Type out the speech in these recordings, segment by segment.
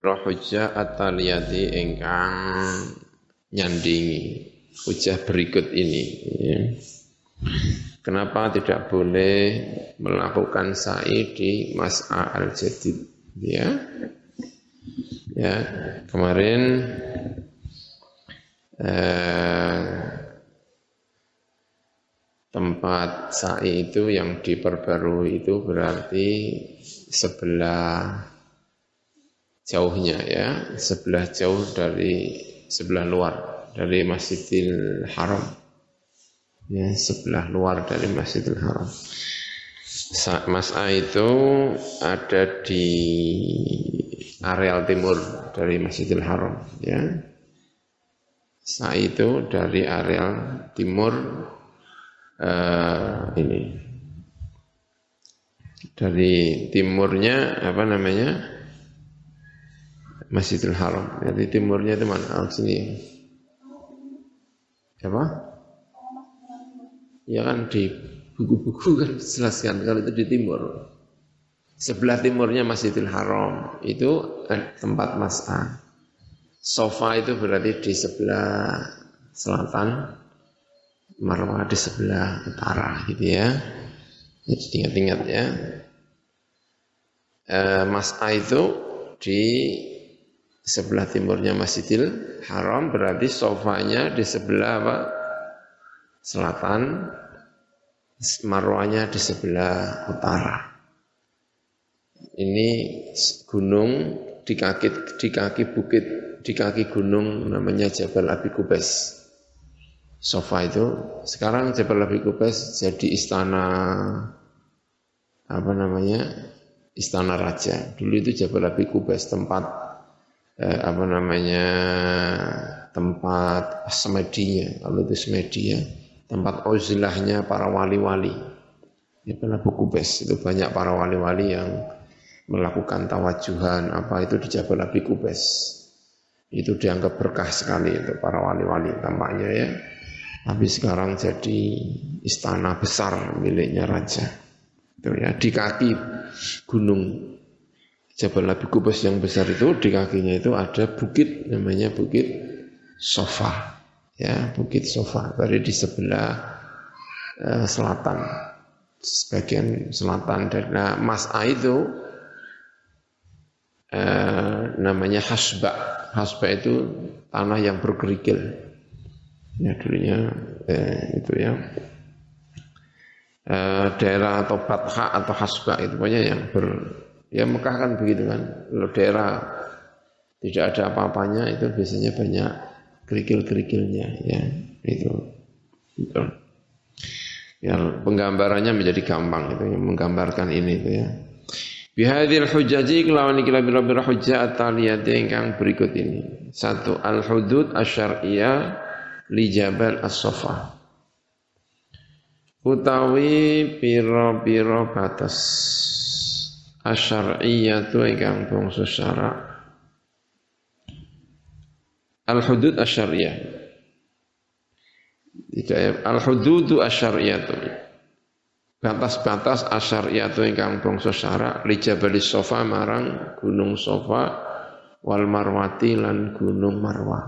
hujjah ataliyati ingkang nyandingi hujjah berikut ini ya. Kenapa tidak boleh melakukan sa'i di mas'a al-jadid ya? Ya, kemarin tempat sa'i itu yang diperbarui itu berarti sebelah jauhnya ya, sebelah jauh dari sebelah luar dari Masjidil Haram. Ya, sebelah luar dari Masjidil Haram. Mas'a itu ada di areal timur dari Masjidil Haram ya. Sa'i itu dari areal timur ini. Dari timurnya apa namanya? Masjidil Haram. Jadi timurnya itu mana? Sini. Apa? Ya kan di buku-buku kan jelaskan kalau itu di timur. Sebelah timurnya Masjidil Haram itu tempat mas'a. Sofa itu berarti di sebelah selatan, Marwah di sebelah utara gitu ya. Jadi ingat-ingat ya. Mas'a itu di sebelah timurnya Masjidil Haram berarti sofanya di sebelah apa? Selatan, Marwahnya di sebelah utara. Ini gunung di kaki bukit, di kaki gunung namanya Jabal Abi Qubais. Sofa itu sekarang Jabal Abi Qubais jadi istana apa namanya? Istana Raja. Dulu itu Jabal Abi Qubais tempat apa namanya? Tempat semedinya. Kalau itu semedia tempat uzlahnya para wali-wali. Jabal Abi Qubais itu banyak para wali-wali yang melakukan tawajuhan apa itu di Jabal Abi Qubais. Itu dianggap berkah sekali untuk para wali-wali tampaknya ya. Tapi sekarang jadi istana besar miliknya raja. Itu ya di kaki gunung Jabal Abi Qubais yang besar itu di kakinya itu ada bukit namanya Bukit Sofa. Ya, Bukit Sofa berada di sebelah selatan, sebagian selatan dari Mas'a itu namanya Hasba. Hasba itu tanah yang berkerikil. Ya dulunya itu ya daerah atau Batha atau Hasba itu pokoknya yang ya Mekah kan begitu kan. Kalau daerah tidak ada apa-apanya itu biasanya banyak kerikil-kerikilnya ya itu. Ya penggambarannya menjadi gampang itu yang menggambarkan ini itu ya. Bihadil hujaji kelawan iki labira hujjah ataliyati ingkang berikut ini. 1 al-hudud asyariyah li Jabal As-Safa. Utawi pira-pira batas asyariyah tu ingkang bangsa syarak. Al-hudud asyariyah. Tidak ya, al-hududu asyariyatu. Batas-batas asyariyatu ingkang bangsa syarak li Jabal Sofa marang Gunung Sofa wal Marwati lan Gunung Marwah.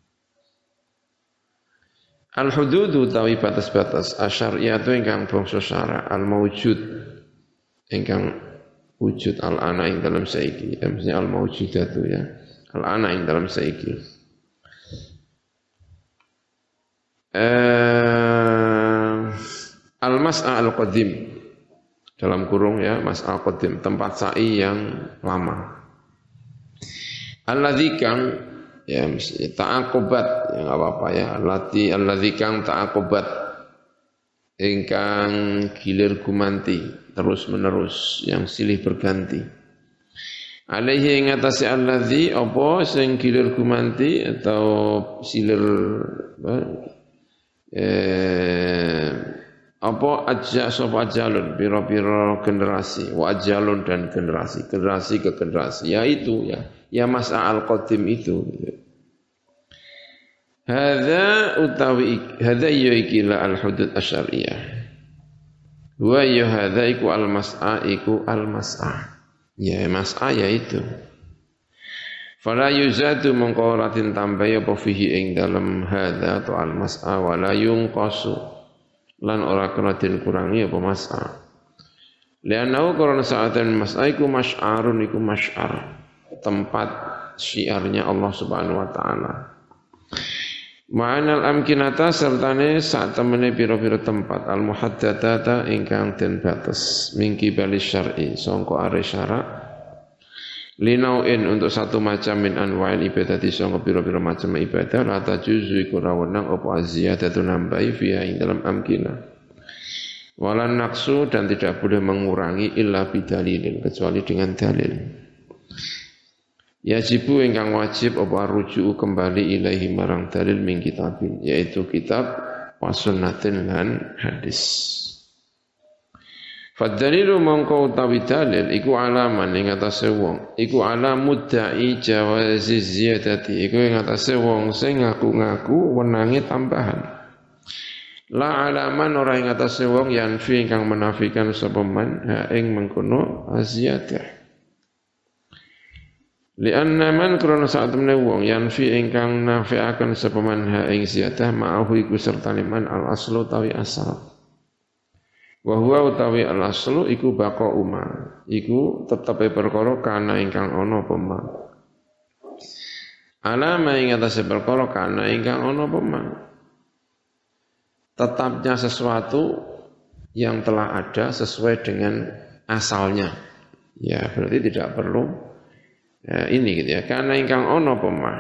Al-hududu tawi batas-batas asyariyatu ingkang bangsa syarak al-mawjud ingkang wujud al-ana ing dalam saiki. Maksudnya al-mawjudatu ya. Al-ana ing dalam saiki. Al-mas'a al-qadim dalam kurung ya mas'a al-qadim tempat sa'i yang lama. Alladzi kang ya ta'aqubat ya enggak apa-apa ya alladzi kang ta'aqubat ingkang gilir gumanti terus menerus yang silih berganti. Alaihi ing atase alladzi apa sing gilir gumanti atau silir apa ajja sapa ajalun pira-pira generasi wa ajalun dan generasi ke generasi yaitu ya mas'a al-qadim itu hadza yaikila al-hudud asyariyah wa ya hadza iku al-mas'a iku al-mas'a ya mas'a yaitu Fala yuzadu mongko ratin tambahi apa fihi ing dalem hadza atau al-mas'a wala yunqasu lan ora kena den kurangi apa mas'a. Lianau karena saatan mas'a iku masy'arun iku masy'ar tempat syiarnya Allah Subhanahu wa taala. Ma'anal amkinata sertane sak temene pira-pira tempat al-muhaddadata ingkang den batas mingki bali syar'i sangka are syarak linauin untuk satu macam min anwa'il ibadati sangka pira-pira macam ibadah la tajuzu iku rawenang apa aziyadatu nambahi fiha ing dalam amkinah walan naqsu dan tidak boleh mengurangi illa bidalilin kecuali dengan dalil. Yajibu ingkang wajib apa rujuk kembali ilahi marang dalil min kitabin yaitu kitab wa sunnatin lan hadis. Fadalilu mongko utawi dalil iku alaman ing atase wong iku ala mudda'i jawazi ziyadati iku ing atase wong sing ngaku-ngaku wenange tambahan. La alaman ora ing atase wong yanfi ingkang menafikan sapa man ha ing mengkono ziyadah. Lianna man krana saat temene wong yanfi ingkang nafi'aken sapa man ha ing ziyadah ma'ahu iku sertane man al aslu tawi asal. Wa huwa utawi al aslu iku baqa umma iku tetepe perkara kana ingkang ana apa ma. Alama ing atase perkara kana ingkang ana apa ma. Tetapnya sesuatu yang telah ada sesuai dengan asalnya. Ya, berarti tidak perlu ya, ini gitu ya, karena ingkang ono pemah.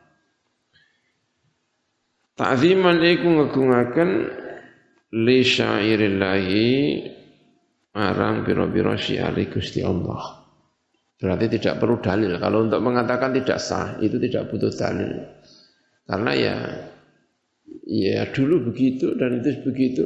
Ta'ziman iku ngegungaken li syairillahi marang biro-biro syiari Gusti Allah. Berarti tidak perlu dalil. Kalau untuk mengatakan tidak sah, itu tidak butuh dalil. Karena ya dulu begitu dan itu begitu.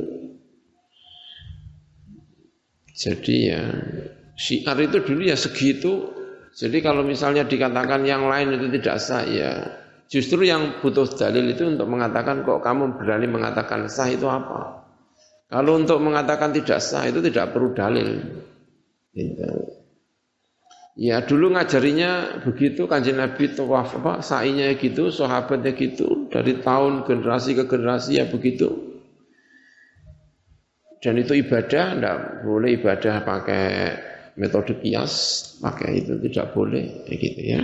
Jadi ya syiar itu dulu ya segitu. Jadi kalau misalnya dikatakan yang lain itu tidak sah, ya justru yang butuh dalil itu untuk mengatakan kok kamu berani mengatakan sah itu apa? Kalau untuk mengatakan tidak sah itu tidak perlu dalil. Gitu. Ya dulu ngajarinya begitu, Kanjeng Nabi tawaf sa'inya gitu, sahabatnya gitu, dari tahun generasi ke generasi ya begitu. Dan itu ibadah, tidak boleh ibadah pakai metode kias, pakai itu tidak boleh, gitu ya.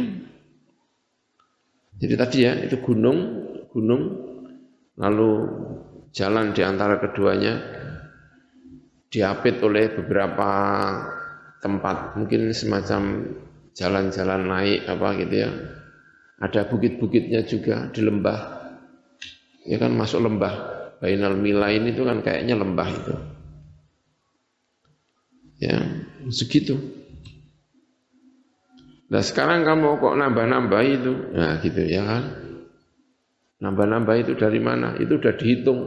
Jadi tadi ya, itu gunung, lalu jalan di antara keduanya diapit oleh beberapa tempat, mungkin semacam jalan-jalan naik apa gitu ya. Ada bukit-bukitnya juga di lembah. Ya kan masuk lembah. Bainal Milain itu kan kayaknya lembah itu. Ya, segitu. Nah sekarang kamu kok nambah-nambah itu, nah gitu ya kan. Nambah-nambah itu dari mana? Itu udah dihitung.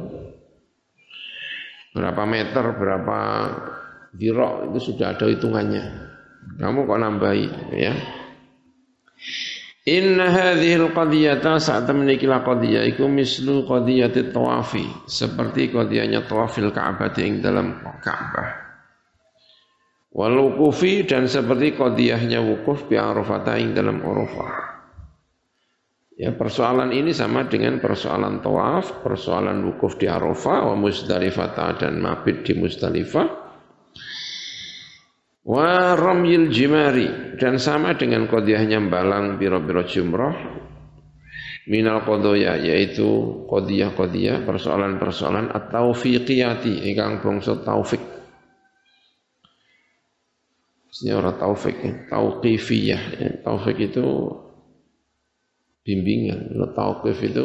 Berapa meter, berapa dirok, itu sudah ada hitungannya. Kamu kok nambahi, ya. Inna hadhil qadiyata saat menikila qadiyah iku mislu qadiyatit tawafi, seperti qadiyahnya tawafil Ka'bah ing dalam Ka'bah. Wal wuqufi dan seperti qadiyahnya wukuf bi Arafah ing dalam Arafah. Ya, persoalan ini sama dengan persoalan tawaf, persoalan wukuf di Arafah, wa Muzdalifah dan mabit di Muzdalifah, wa ramyil jimari dan sama dengan qadiyahnya balang biro-biro jumrah, minal qadaya yaitu qadiyah-qadiyah persoalan-persoalan at-taufiqiyati ingkang bangsa taufik. Ini orang taufik, tauqifiyah. Taufik itu bimbingan. Kalau tauqif itu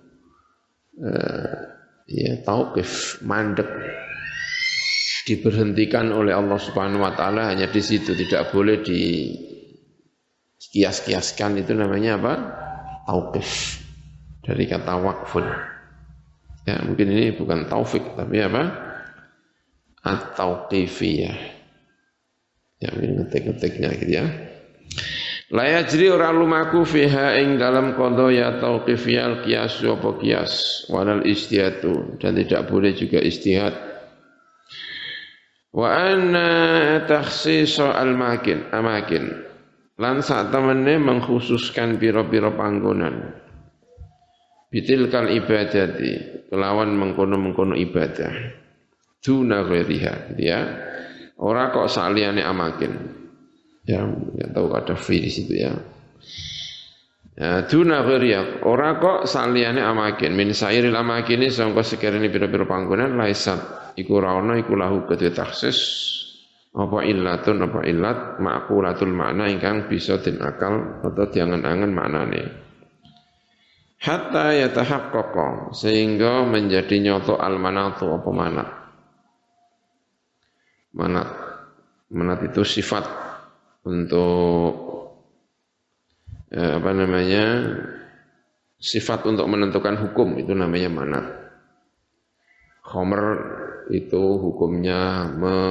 ya tauqif, mandek, diberhentikan oleh Allah Subhanahu wa taala hanya di situ, tidak boleh di kias-kiaskan. Itu namanya apa? Tauqif. Dari kata waqfun. Ya, mungkin ini bukan taufik tapi apa? At-tauqifiyah. Ya, ini ngetik-ngetiknya gitu ya. La yajri ora lumaku fiha ing dalam qadaya tauqifiyal qiyas apa qiyas walal istihadu dan tidak boleh juga istihad. Wa anna takhsis amakin Lan sak temene mengkhususkan pira-pira panggonan. Bitilkal ibadati kelawan mengkono-mengkono ibadah. Duna ghairiha, ya. Ora kok saliyane amakin. Ya, enggak tahu ada fi di situ ya. Ya, duna ghairiha, ora kok saliyane amakin. Min sairil amakini sangka sekirane pira-pira panggonan laisat iku ora ana iku lahu kedhe taksis. Apa illatun apa illat ma'qulatul makna ingkang bisa den akal atau diangen-angen maknane hatta yatahaqqaqa sehingga menjadi nyoto al-manatu apa manat itu sifat untuk sifat untuk menentukan hukum itu namanya manat. Khomer itu hukumnya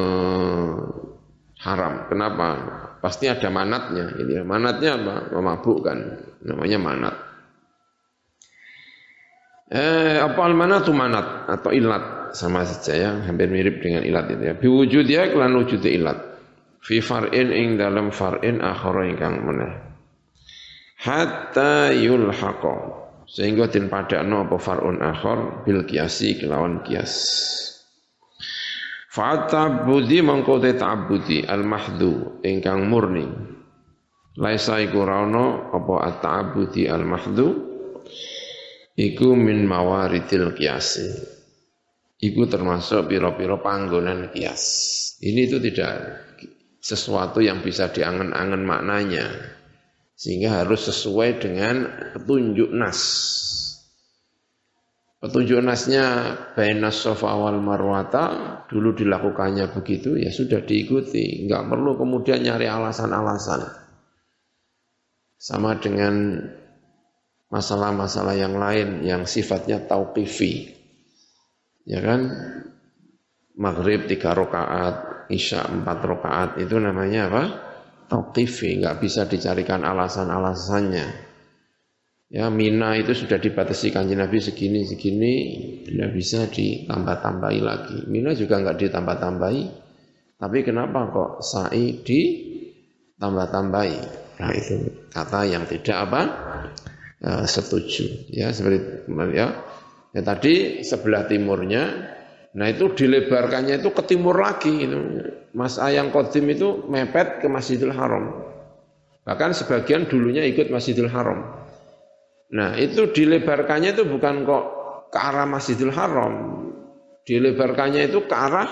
haram. Kenapa? Pasti ada manatnya. Ini manatnya apa? Memabukkan. Namanya manat. Apa al-manatu manat atau ilat sama saja ya, hampir mirip dengan ilat itu ya. Biwujud ya kelan wujud ilat. Fi far'in ing dalam far'in akhara ingkang meneh. Hatta yulhaqa sehingga den padakno apa far'un akhar bil qiyasi kelawan qiyas. Fa'tabudi mangkote ta'budi al-mahdhu ingkang murni. Laisa iku raono apa at-ta'budi al-mahdhu iku min mawaridil qiyasi. Iku termasuk pira-pira panggonan qiyas. Ini itu tidak sesuatu yang bisa diangen-angen maknanya. Sehingga harus sesuai dengan petunjuk nas. Petunjuk nasnya bainas Safa wal Marwata dulu dilakukannya begitu ya sudah diikuti, enggak perlu kemudian nyari alasan-alasan. Sama dengan masalah-masalah yang lain yang sifatnya tauqifi. Ya kan? Maghrib 3 rakaat, Isya 4 rakaat itu namanya apa? Tauqifi, enggak bisa dicarikan alasan-alasannya. Ya, Mina itu sudah dibatasi Kanjeng Nabi segini, tidak bisa ditambah-tambahi lagi. Mina juga enggak ditambah-tambahi. Tapi kenapa kok sa'i ditambah-tambahi? Nah, itu kata yang tidak setuju. Ya, seperti ya. Ya tadi sebelah timurnya, nah itu dilebarkannya itu ke timur lagi. Mas Ayang Qadim itu mepet ke Masjidil Haram. Bahkan sebagian dulunya ikut Masjidil Haram. Nah itu dilebarkannya itu bukan kok ke arah Masjidil Haram, dilebarkannya itu ke arah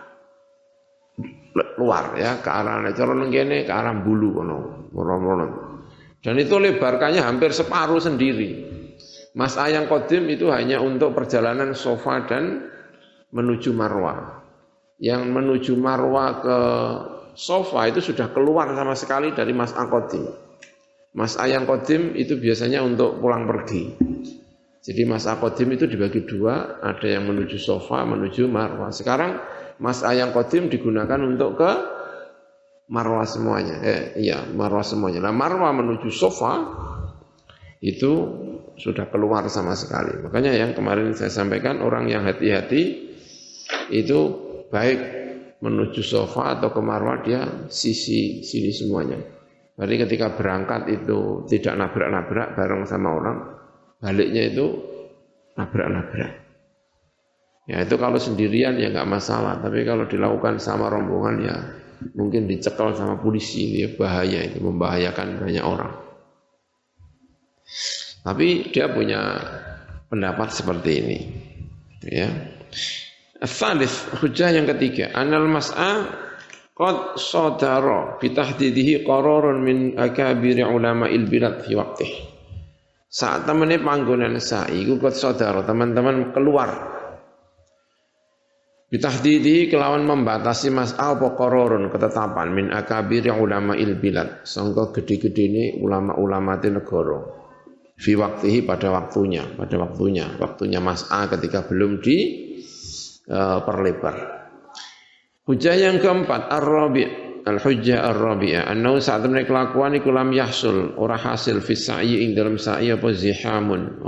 luar ya, ke arah ke arah Bulu dan itu lebarkannya hampir separuh sendiri. Mas Ayang Qadim itu hanya untuk perjalanan Safa dan menuju Marwah. Yang menuju Marwah ke Safa itu sudah keluar sama sekali dari Mas Ayang Qadim. Mas Ayang Qadim itu biasanya untuk pulang pergi. Jadi Mas Ayang Qadim itu dibagi dua, ada yang menuju Safa, menuju Marwah. Sekarang Mas Ayang Qadim digunakan untuk ke Marwah semuanya. Marwah semuanya. Nah, Marwah menuju Safa itu sudah keluar sama sekali. Makanya yang kemarin saya sampaikan, orang yang hati-hati itu baik menuju Safa atau ke Marwah dia sisi sini semuanya. Berarti ketika berangkat itu tidak nabrak-nabrak bareng sama orang, baliknya itu nabrak-nabrak. Ya itu kalau sendirian ya nggak masalah, tapi kalau dilakukan sama rombongan ya mungkin dicekal sama polisi, ya bahaya, itu membahayakan banyak orang. Tapi dia punya pendapat seperti ini. Ya. Ats-tsalits, hujjah yang ketiga, anal mas'a qad sadara bi tahdidihi qararun min akabir ulama'il bilad fi waqtih. Saat temene panggonan sa'i iku qad sadara, teman-teman keluar. Bi tahdidihi kelawan membatasi mas'al apa qararun ketetapan min akabir ulama'il bilad, sangka gede-gedene ulama-ulama di negara. Fi waqtihi pada waktunya mas'a ketika belum perlebar. Hujjah yang keempat, al-hujjah ar-rabi'ah, annahu saat temene kelakuan iku lam yahsul, ora hasil fi sa'i ing dalam sa'i apa ziham,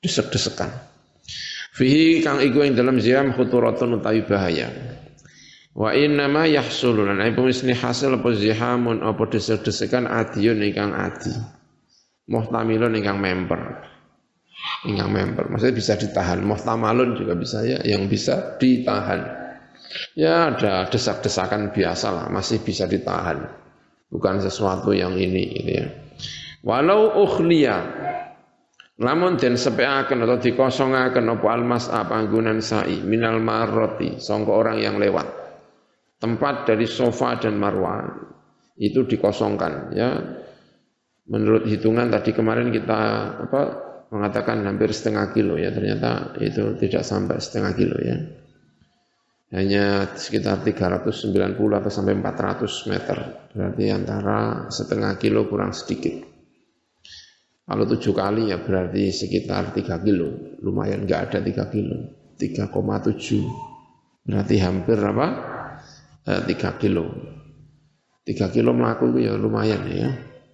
desek-desekan. Fihi kang iku ing dalam ziham khuturatun utawi bahaya. Wa inna ma yahsulu lan ibu misni hasil apa zihamun apa desek-desekan adiyun ingkang adi. Muhtamilun ingkang member. Ingkang member. Maksudnya bisa ditahan. Muhtamalun juga bisa ya, yang bisa ditahan. Ya ada desak-desakan biasa lah, masih bisa ditahan. Bukan sesuatu yang ini gitu ya. Walau ukhliya lamun den sepeaken atau dikosongaken apa almas'a panggonan sa'i minal marrati sangka orang yang lewat. Tempat dari Sofa dan Marwa itu dikosongkan ya. Menurut hitungan tadi kemarin kita mengatakan hampir setengah kilo ya, ternyata itu tidak sampai setengah kilo ya. Hanya sekitar 390 atau sampai 400 meter. Berarti antara setengah kilo kurang sedikit. Kalau 7 kali ya berarti sekitar 3 kilo. Lumayan enggak ada 3 kilo. 3,7. Berarti hampir 3 kilo. 3 kilo melaku itu ya lumayan ya.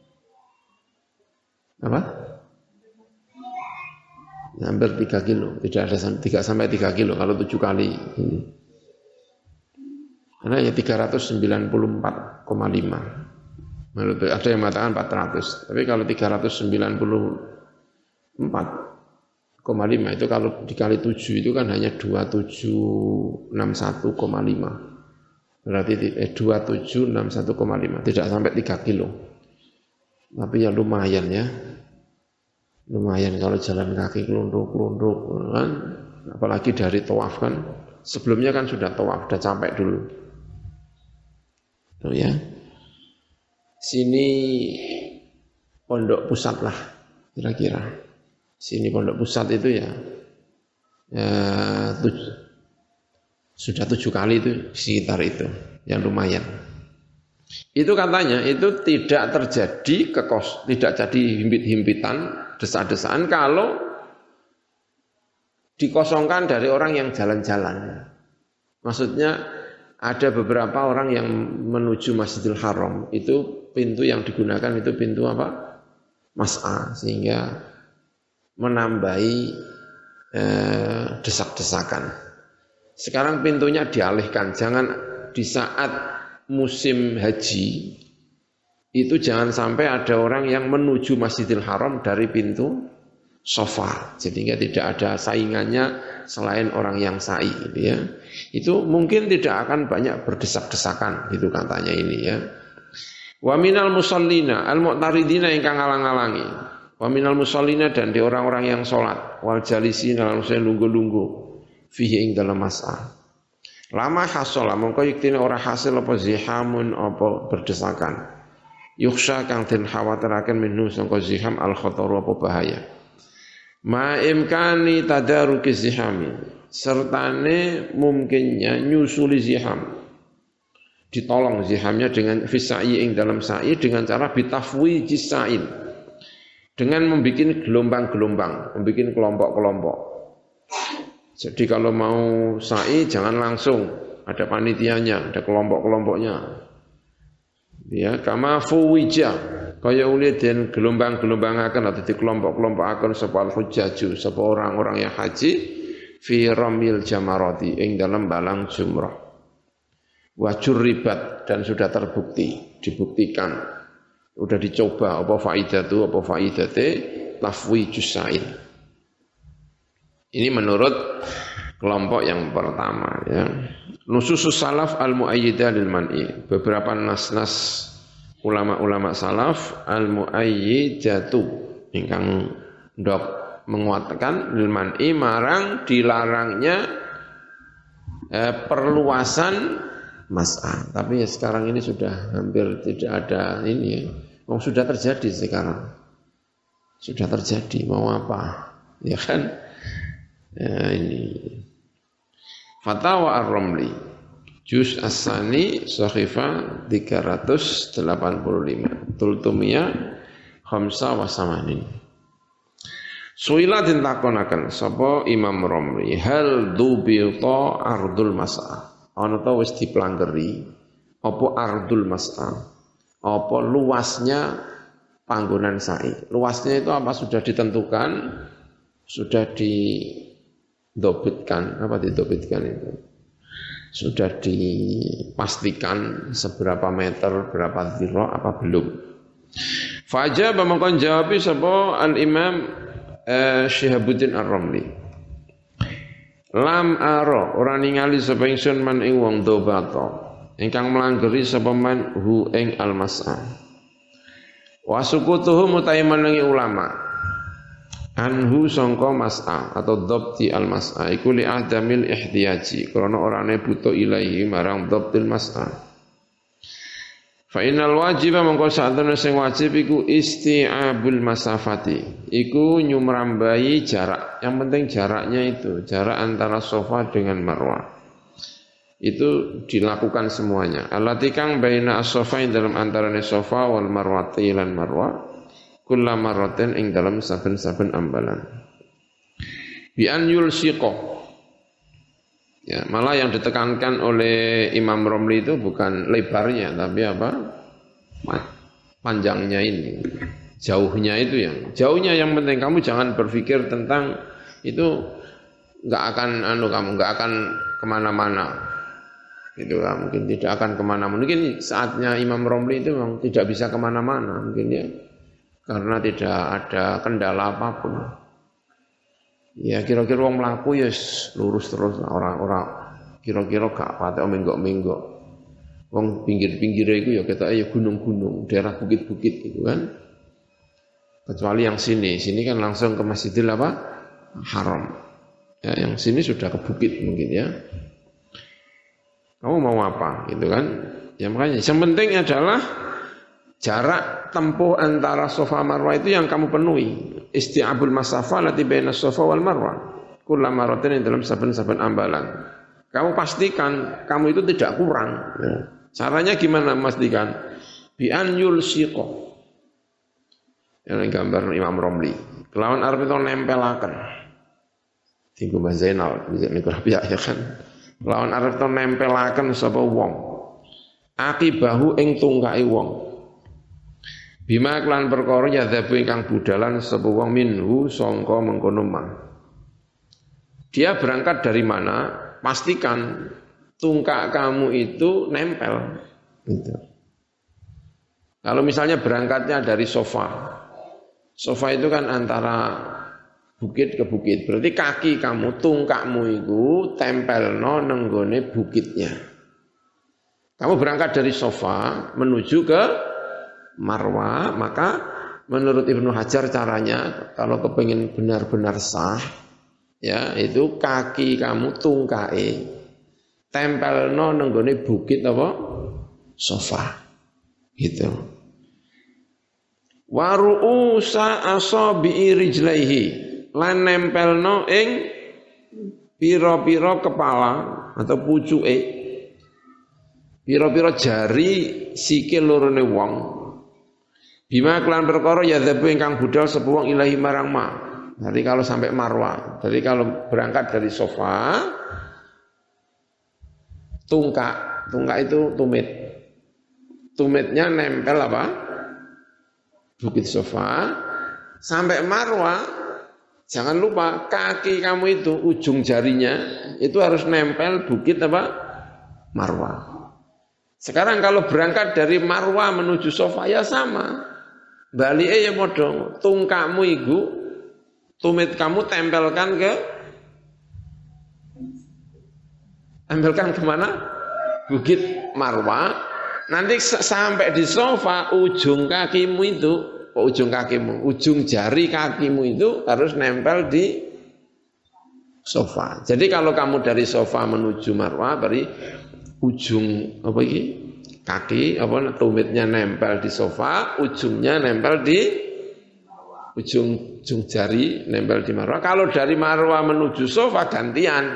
Hampir 3 kilo. Tidak ada 3 sampai 3 kilo kalau 7 kali. Karena ya 394,5. Ada yang mengatakan 400. Tapi kalau 394,5 itu kalau dikali 7 itu kan hanya 2761,5. Berarti 2761,5, tidak sampai 3 kilo. Tapi ya lumayan ya. Lumayan kalau jalan kaki kelunduk-kelunduk kan. Apalagi dari tawaf kan. Sebelumnya kan sudah tawaf, sudah capek dulu. Tuh ya. Sini pondok pusat lah kira-kira. Sini pondok pusat itu ya sudah 7 kali itu sekitar itu, yang lumayan. Itu katanya itu tidak terjadi tidak jadi himpit-himpitan, desa-desaan kalau dikosongkan dari orang yang jalan-jalan. Maksudnya ada beberapa orang yang menuju Masjidil Haram, itu pintu yang digunakan itu pintu Mas'a, sehingga menambahi desak-desakan. Sekarang pintunya dialihkan, jangan di saat musim haji itu jangan sampai ada orang yang menuju Masjidil Haram dari pintu Sofa, sehingga tidak ada saingannya selain orang yang sa'i gitu ya. Itu mungkin tidak akan banyak berdesak-desakan itu katanya ini ya. Wa minal musallina al-mu'taridina ingkang ngalang-alangi. Wa minal musallina dan di orang-orang yang salat wal jalisin lan lungguh-lungguh fihi ing dalam mas'ah. Lama hasola mongko yektine ora hasil apa zihamun apa berdesakan. Yuksha kang den khawatiraken minhu sangka ziham al khataru apa bahaya. Ma imkani tadaruki zihami sertane mungkinnya nyusuli ziham. Ditolong zihamnya dengan fisai ing dalam sa'i dengan cara bitafwi jisain. Dengan membuat gelombang-gelombang, membuat kelompok-kelompok. Jadi kalau mau sa'i jangan langsung, ada panitianya, ada kelompok-kelompoknya. Ya, kama fuwija, kaya uli den gelombang-gelombangaken atau di kelompok-kelompokaken sapa al-hujjaju, sapa orang-orang yang haji fi ramil jamarati ing dalam balang jumrah. Wa jurribat dan sudah terbukti, dibuktikan. Sudah dicoba apa faidatu apa faidate tafwijus sa'il. Ini menurut kelompok yang pertama ya. Nususus salaf al-mu'ayyidah lil man'i. Beberapa nas-nas ulama-ulama salaf al-mu'ayyidatu ingkang ndok menguatkan lil man'i marang dilarangnya perluasan mas'ah. Tapi ya sekarang ini sudah hampir tidak ada ini ya. Sudah terjadi sekarang. Sudah terjadi mau apa? Ya kan? Ya, ini Fatawa Ar-Ramli Juz As-Sani Sahifa 385 Tultumiyah Khamsa wa Samanin. Suila ditakonaken sapa Imam Ramli hal dubita ardul mas'ah ana ta wis diplanggeri apa ardul mas'ah apa luasnya panggonan sa'i. Luasnya itu apa sudah ditentukan, sudah didobitkan, apa didobitkan itu? sudah dipastikan seberapa meter, berapa zira apa belum. Fajab mongkon jawab sapa Al-Imam Syihabuddin Ar-Ramli. Lam ara ora ningali sapa ingsun man ing wong dobata ingkang melanggeri sapa man hu ing al-mas'a. Wa sukutuhu mutai menengi ulama anhu sangka mas'a atau dhabti al-mas'a iku li adamil ihtiyaji krana orane butuh ilahi marang dhabtil mas'a. Fa innal wajiba mongko satune sing wajib iku isti'abul masafati iku nyumrambai jarak, yang penting jaraknya itu jarak antara Safa dengan Marwah itu dilakukan semuanya. Allati kang baina as-safain dalam antarane Safa wal Marwati lan Marwah kula marratin ing dalam saben-saben ambalan. Bi an yulsiqa. Ya, malah yang ditekankan oleh Imam Romli itu bukan lebarnya tapi apa? Panjangnya ini. Jauhnya itu jauhnya yang penting kamu jangan berpikir tentang itu enggak akan kamu enggak akan kemana-mana. Gitu lah, mungkin tidak akan kemana-mana. Mungkin saatnya Imam Romli itu memang tidak bisa kemana-mana mungkin ya. Karena tidak ada kendala apapun. Ya kira-kira wong mlaku ya lurus terus orang-orang kira-kira gak patek menggok-menggok. Wong pinggir-pinggire iku ya ketoke ya gunung-gunung, daerah bukit-bukit gitu kan. Kecuali yang sini kan langsung ke Masjidil Haram. Ya, yang sini sudah ke bukit mungkin ya. Kamu mau apa gitu kan? Ya makanya yang penting adalah jarak tempuh antara Safa Marwah itu yang kamu penuhi. Isti'abul masafah lati baina Safa wal Marwah. Kullu maratin dalam saben-saben ambalan. Kamu pastikan kamu itu tidak kurang. Ya. Caranya gimana memastikan? Bi an yulsiqa. Yang gambar Imam Romli. Kelawan arep itu nempelaken. Tinggu Mbah Zainal bisa niku ya kan. Lawan arep to nempelaken sapa wong akibahu ing tungkae wong bima kelan perkara yadzabu ingkang budalan sapa wong minhu sangka mengkono mang. Dia berangkat dari mana? Pastikan tungkak kamu itu nempel gitu. Kalau misalnya berangkatnya dari Safa itu kan antara bukit ke bukit. Berarti kaki kamu, tungkakmu itu tempelno nenggone bukitnya. Kamu berangkat dari Safa menuju ke Marwah, maka menurut Ibnu Hajar caranya kalau kepengin benar-benar sah, ya itu kaki kamu tungkae tempelno nenggone bukit apa? Safa. Gitu. Wa ru'usa asabi'i rijlaihi lan nempelno ing pira-pira kepala atau pucuke pira-pira jari sikil lorone wong bima kelan perkara ya dzabu ingkang budal sapa wong ilahi marang ma. Jadi kalau sampai Marwah, jadi kalau berangkat dari Safa tungkak itu tumitnya nempel apa? Bukit Safa sampai Marwah. Jangan lupa kaki kamu itu ujung jarinya itu harus nempel bukit apa? Marwah. Sekarang kalau berangkat dari Marwah menuju Safa ya sama. Balike ya padha. Tungkakmu iku tumit kamu tempelkan kemana? Bukit Marwah. Nanti sampai di Safa ujung kakimu itu ujung jari kakimu itu harus nempel di Safa. Jadi kalau kamu dari Safa menuju Marwah, berarti ujung kaki tumitnya nempel di Safa, ujungnya nempel di ujung jari nempel di Marwah. Kalau dari Marwah menuju Safa gantian.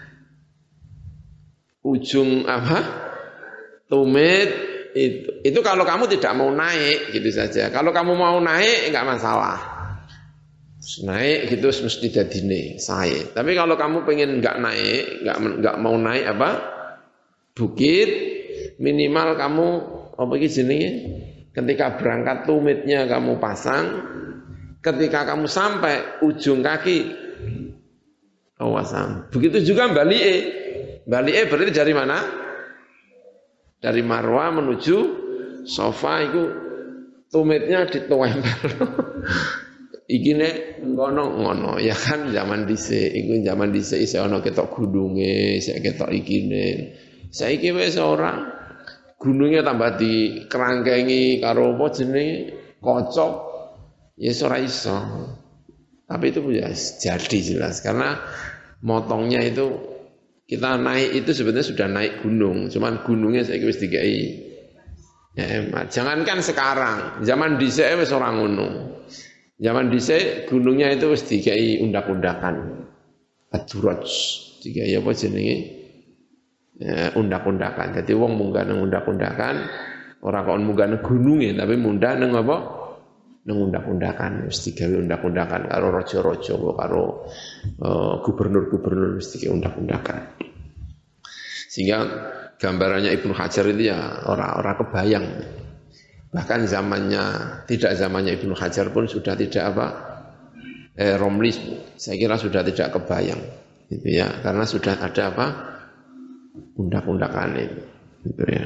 Ujung tumit itu kalau kamu tidak mau naik gitu saja. Kalau kamu mau naik enggak masalah. Naik gitu mesti dadine sae. Tapi kalau kamu pengen enggak naik, enggak mau naik bukit, minimal kamu jenenge ketika berangkat tumitnya kamu pasang, ketika kamu sampai ujung kaki pasang. Begitu juga balike. Balike berarti dari mana? Dari Marwah menuju Safa itu tumitnya ditempel. Iki nek ngono ya kan zaman dhisik iku zaman dhisik isih ana ketok gununge, isih ketok ikine. Saiki wis ora. Gunungnya tambah dikerangkengi karo apa jenenge kocok. Ya ora iso. Tapi itu ya jadi jelas karena motongnya itu kita naik itu sebenarnya sudah naik gunung, cuman gunungnya saiki wis dikai. Ya, jangankan sekarang, zaman dhisik wis ora ngono. Zaman dhisik gunungnya itu wis dikai undak-undakan. Aduraj, dikai apa jenenge? Ya, undak-undakan. Jadi wong munggah nang undak-undakan, ora kok munggah nang gununge, tapi munggah nang apa? Nang undak-undakan, wis digawe undak-undakan karo raja-raja karo gubernur-gubernur wis digawe undak-undakan. Sehingga gambarannya Ibnu Hajar itu ya ora kebayang. Bahkan tidak zamannya Ibnu Hajar pun sudah tidak Romli saya kira sudah tidak kebayang gitu ya, karena sudah ada undak-undakan itu gitu ya.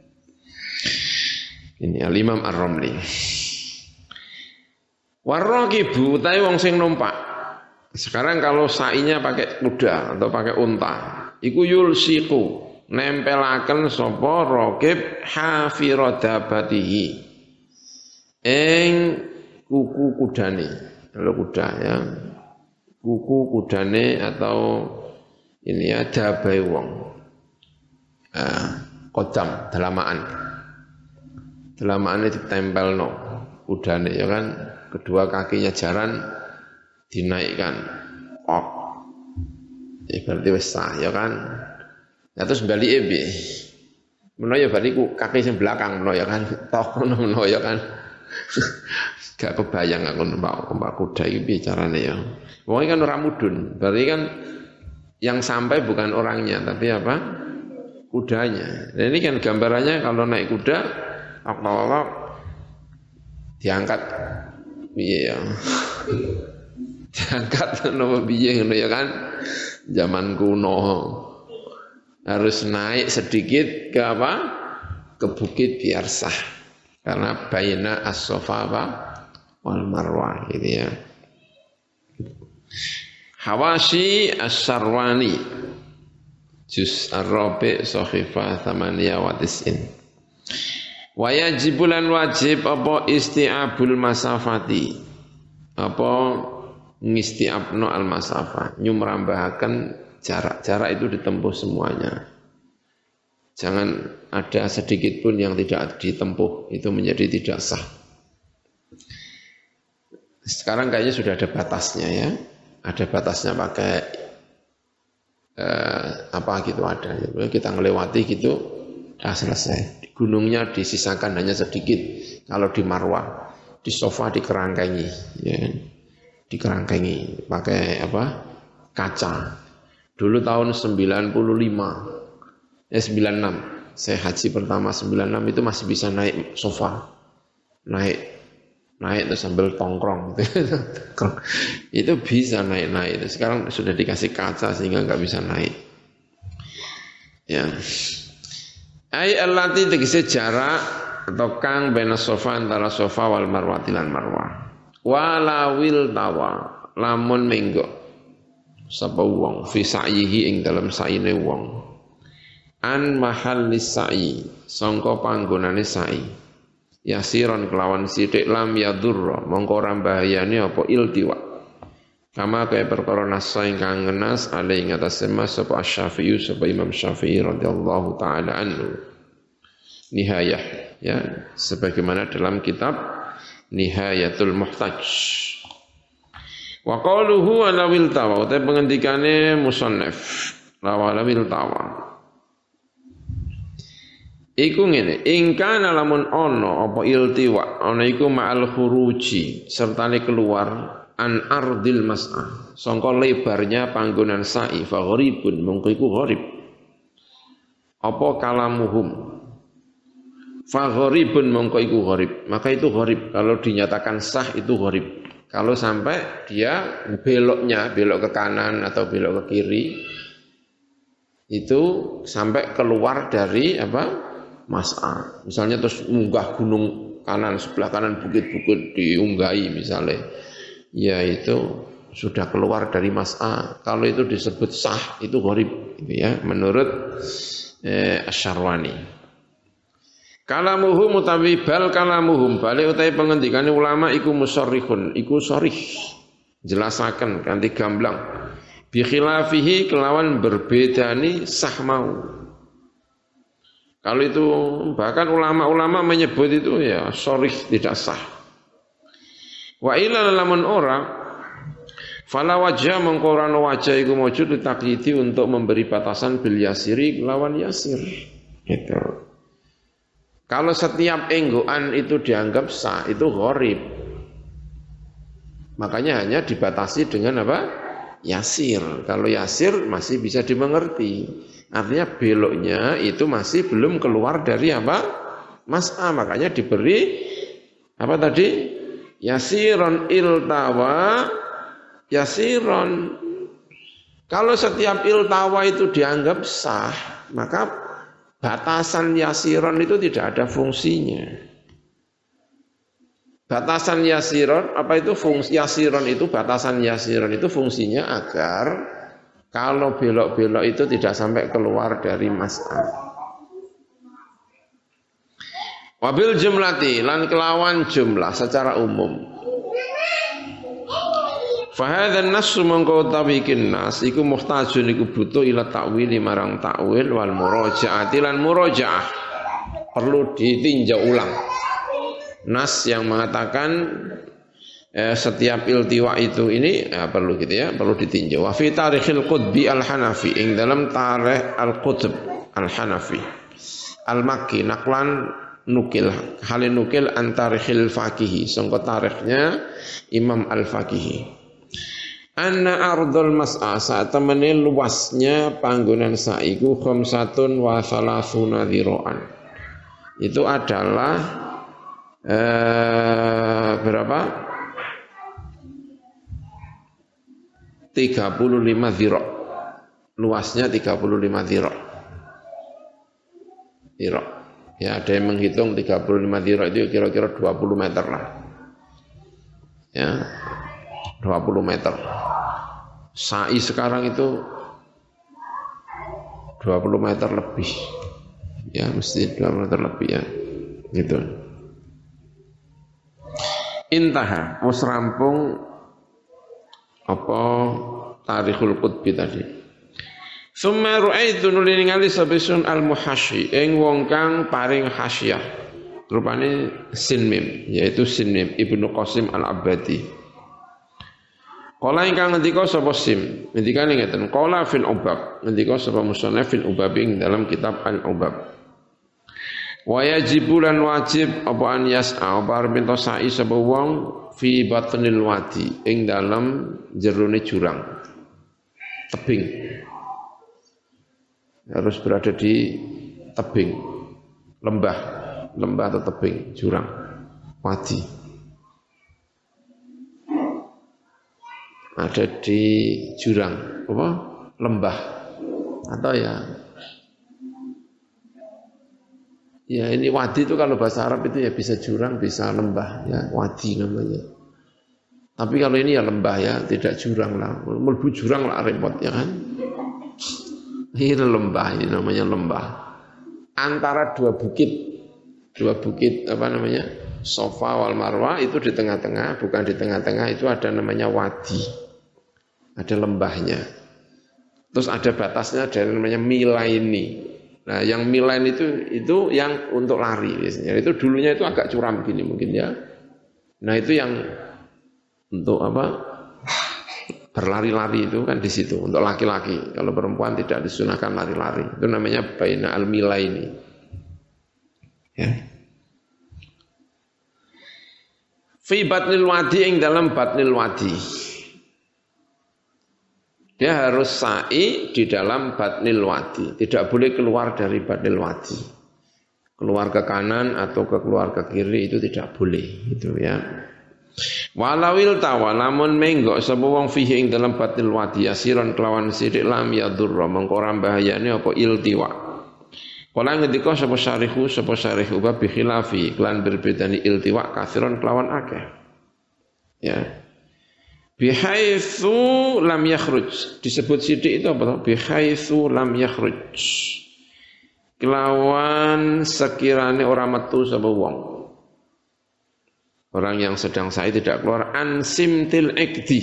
Ini Al-Imam Ar-Romli. Warraqibu utawi wong sing numpak. Sekarang kalau sa'inya pakai kuda atau pakai unta, iku yulsiqu nempelaken sapa raqib hafiradabatihi ing kuku kudane. Kalau kuda ya, kuku kudane atau ini ya dabai wong. Kodam delamaane ditempelno kudane ya kan, kedua kakinya jaran dinaikkan. Ya berarti wis sah ya kan. Ya terus balike piye? Menawa ya baliku kaki sing belakang menawa ya kan. Tok menawa ya kan. Gak kebayang aku numpak kuda iki piye carane ya. Wong kan ora mudun. Berarti kan yang sampai bukan orangnya tapi apa? Kudanya. Nah, ini kan gambarannya kalau naik kuda diangkat piye ya. Diangkat nopo piye ngono ya kan. Zaman kuno. Harus naik sedikit ke ke bukit biar sah karena baina as-Safa wal Marwah gitu ya. Hawashi Asy-Syarwani juz ar-rabi' sahifa 98 wa yajibulan wajib apa isti'abul masafati apa ngisti'abno al-masafah nyumrambahaken jarak itu ditempuh semuanya. Jangan ada sedikit pun yang tidak ditempuh, itu menjadi tidak sah. Sekarang kayaknya sudah ada batasnya ya. Ada batasnya pakai gitu ada. Kita ngelewati gitu, sudah selesai. Di gunungnya disisakan hanya sedikit. Kalau di Marwah, di Safa dikerangkengi. Ya. Dikerangkengi pakai kaca. Dulu tahun 96, 96, saya haji pertama 96 itu masih bisa naik Safa, naik terus sambil tongkrong, itu bisa naik. Sekarang sudah dikasih kaca sehingga nggak bisa naik. Ya, ai allati tegese jarak atau kang bena Safa antara Safa wal Marwah lan Marwah, walawil tawa lamun menggo sapa wong fi sa'yihi ing dalam sa'ine wong an mahallis sa'i sangka panggonane sa'i yasiron kelawan sithik lam yadurra mongko ora bahayane apa iltiwa kama kaya perkara nasa ingkang ngenas ale ing atase mas sapa Asy-Syafi'i sapa Imam Syafi'i radhiyallahu taala anhu nihayah ya sebagaimana dalam kitab Nihayatul Muhtaj. Wa qauluhu ala wil tawa uta pengendikane musannaf la wil tawa iku ngene ing kana lamun ana apa iltiwa ana iku ma'al khuruji sertane keluar an ardil mas'ah sangka lebarnya panggonan sa'i fa gharibun mongko iku gharib apa kalamuhum fa gharibun mongko iku gharib maka itu gharib kalau dinyatakan sah itu gharib. Kalau sampai dia belok ke kanan atau belok ke kiri, itu sampai keluar dari mas'a. Misalnya terus munggah gunung kanan, sebelah kanan bukit-bukit diunggahi misalnya, ya itu sudah keluar dari mas'a. Kalau itu disebut sah, itu gharib, gitu ya, menurut Asy-Syarwani. Kalamuhum utawi bal kalamuhum balik utawi pengendikane ulama iku musarrihun, iku sharih, jelasaken kanthi gamblang. Bi khilafihi kelawan berbedani sah mau. Kalau itu bahkan ulama-ulama menyebut itu ya sharih tidak sah. Wa ila lamun ora fala wajah mengkorano wajah iku mujud ditaklidi untuk memberi batasan bil yasiri lawan yasir. Gitu. Kalau setiap enggoan itu dianggap sah, itu gharib. Makanya hanya dibatasi dengan yasir. Kalau yasir masih bisa dimengerti. Artinya beloknya itu masih belum keluar dari mas'a. Makanya diberi yasiron iltawa yasiron. Kalau setiap iltawa itu dianggap sah, maka batasan yasiron itu tidak ada fungsinya. Batasan yasiron, yasiron itu batasan yasiron itu fungsinya agar kalau belok-belok itu tidak sampai keluar dari mas'al. Wabil jumlati lan kelawan jumlah secara umum. Fahadhan nasu mengkau tawikin nas iku muhtajun iku butuh ila ta'wili marang ta'wil wal muraja'ati lan muraja'ah, perlu ditinjau ulang. Nas yang mengatakan setiap iltiwa itu ini perlu gitu ya, perlu ditinjau. Wa fi tarikhil Qutbi al-Hanafi ing dalam tarikh al-Qutb al-Hanafi al-Makki naklan nukil halin nukil antarikhil Faqihi sangka tarikhnya Imam al-Faqihi. Anna ardul mas'a saat temene luasnya panggonan sa'iku khamsatun wa salasuna dhira'an. Itu adalah berapa? 35 dhira'. Luasnya 35 dhira'. Dhira'. Ya, ada yang menghitung 35 dhira' itu kira-kira 20 meter lah. Ya. 20 meter. Sa'i sekarang itu 20 meter lebih. Ya, mesti 20 meter lebih ya. Gitu. Intaha, wis rampung tarikhul Qutbi tadi. Summa ru'aitu nuli ningali sabisun al-muhasyi ing wong kang paring hasyah. Rupane sin mim, yaitu sin mim Ibnu Qasim al-Abbadi. Kala ingkang ngendika sapa sim, ngendikane ngeten, qala fil ubab, ngendika sapa musannaf fil ubab ing dalam kitab al-ubab. Wa yajibu lan wajib apa an yas'a apa minta sa'i sapa wong fi batnil wadi ing dalam jerone jurang tebing, harus berada di tebing lembah atau tebing jurang wadi, ada di jurang lembah atau ya ini wadi itu kalau bahasa Arab itu ya bisa jurang, bisa lembah, ya wadi namanya. Tapi kalau ini ya lembah ya, tidak jurang lah. Mlebu jurang lah repot ya kan. Ini lembah, ini namanya lembah. Antara dua bukit Safa wal Marwah itu di tengah-tengah, bukan di tengah-tengah itu ada namanya wadi. Ada lembahnya. Terus ada batasnya, ada namanya milaini. Nah, yang milen itu yang untuk lari biasanya. Itu dulunya itu agak curam gini mungkin ya. Nah, itu yang untuk berlari-lari itu kan di situ untuk laki-laki. Kalau perempuan tidak disunahkan lari-lari. Itu namanya baina al-milaini. Ya. Fi batnil wadi ing dalam batnil wadi. Dia harus sa'i di dalam batnil wadi. Tidak boleh keluar dari batnil wadi. Keluar ke kanan atau keluar ke kiri itu tidak boleh. Itu ya. Walawil tawa lamun menggok sapa wong fihi ing dalam batil wadi yasiron kelawan sithik lam yadurra mengko ora bahayane apa iltiwa. Kala ngendika sapa syarihu bab bi khilafi kelan berbedani iltiwa kasiron kelawan akeh. Ya. Bihaitsu lam yakhruj disebut sithik itu apa? Bihaitsu lam yakhruj. Kelawan sekirane ora metu sapa wong. Orang yang sedang sa'i tidak keluar ansimtil ikdi.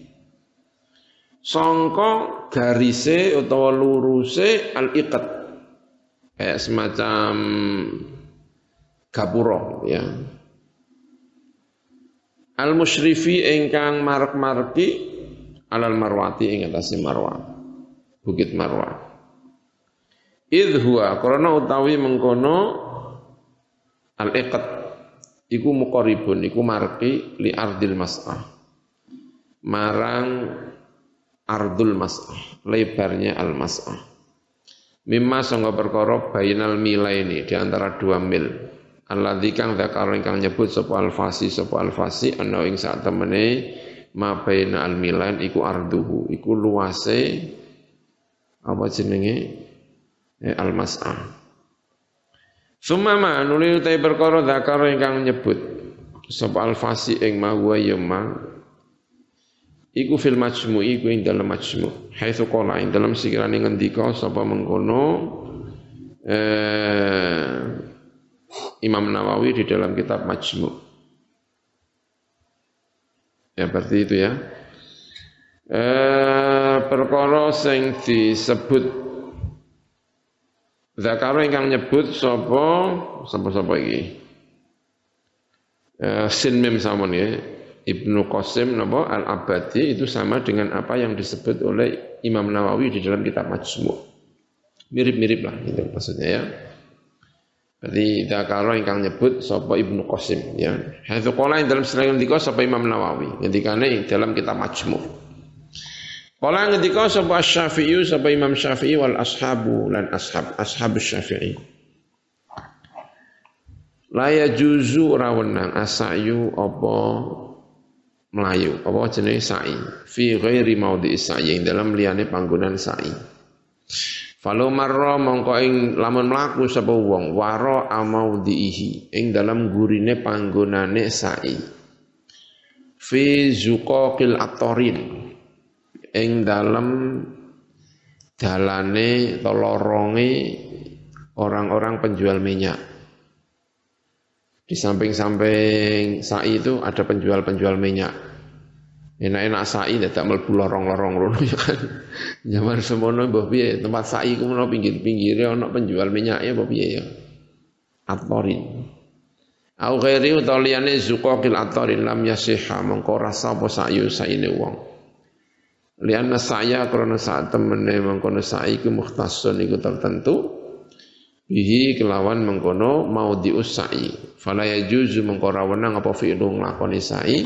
Sangka garise utawa luruse al-iqad. Kayak semacam gapura ya. Al-musyrifi ingkang marek-mareki alal marwati ing atase Marwah. Bukit Marwah. Idh huwa karena utawi mengkono al-iqad iku muqaribun iku marki li ardil mas'ah marang ardul mas'ah lebarnya al mas'ah mimma sangga perkara bainal milaini di antara 2 mil alladzi kang zakaro ingkang nyebut sapa al fasi ana ing sak temene ma baina al milain iku arduhu iku luase apa jenenge al mas'ah. Sumama nuli utai perkara zakara ingkang nyebut sapa al-fasi ing ma wa yama iku fil majmu' iku ing dalam majmu' haitsu qala ing dalam sekirane ngendika sapa mengkono Imam Nawawi di dalam kitab Majmu'. Ya berarti itu ya. Perkara sing disebut zakara ingkang nyebut sapa iki? Sin mim samun ya. Ibnu Qasim napa Al-Abadi itu sama dengan apa yang disebut oleh Imam Nawawi di dalam kitab Majmu'. Mirip-mirip lah itu maksudnya ya. Berarti zakara ingkang nyebut sapa Ibnu Qasim ya. Haitsu qala ing dalam sedaya ngendika sapa Imam Nawawi ngendikane dalam kitab Majmu'. Kala ngendika sapa Syafi'i sapa Imam Syafi'i wal ashabu lan ashab Syafi'i. La yajuzu ora wenang asayu apa melayu apa jenenge sa'i fi ghairi maudhi'i sa'i ing dalam liyane panggonan sa'i. Falo marra mongko ing lamun mlaku sapa wong wara amaudhihi ing dalam gurine panggonane sa'i. Fi zuqaqil atorin ing dalem dalane atau loronge orang-orang penjual minyak. Di samping-samping sa'i itu ada penjual-penjual minyak. Enak-enak sa'i tidak mlebu lorong-lorong rono ya kan. Zaman semono mbah piye tempat sa'i ku menawa pinggir-pinggire ana penjual minyake mbah piye ya. Atorin. Au ghairi utawa liyane zuqaqil atorin lam yasihha mengko rasa apa sa'i saine wong. Lianna saya karena saat temene mengkono sa'i ku mukhtasun iku tertentu bihi kelawan mengkono maudhi'us sa'i fala yajuzu mengko ra wenang apa fi'lu nglakoni sa'i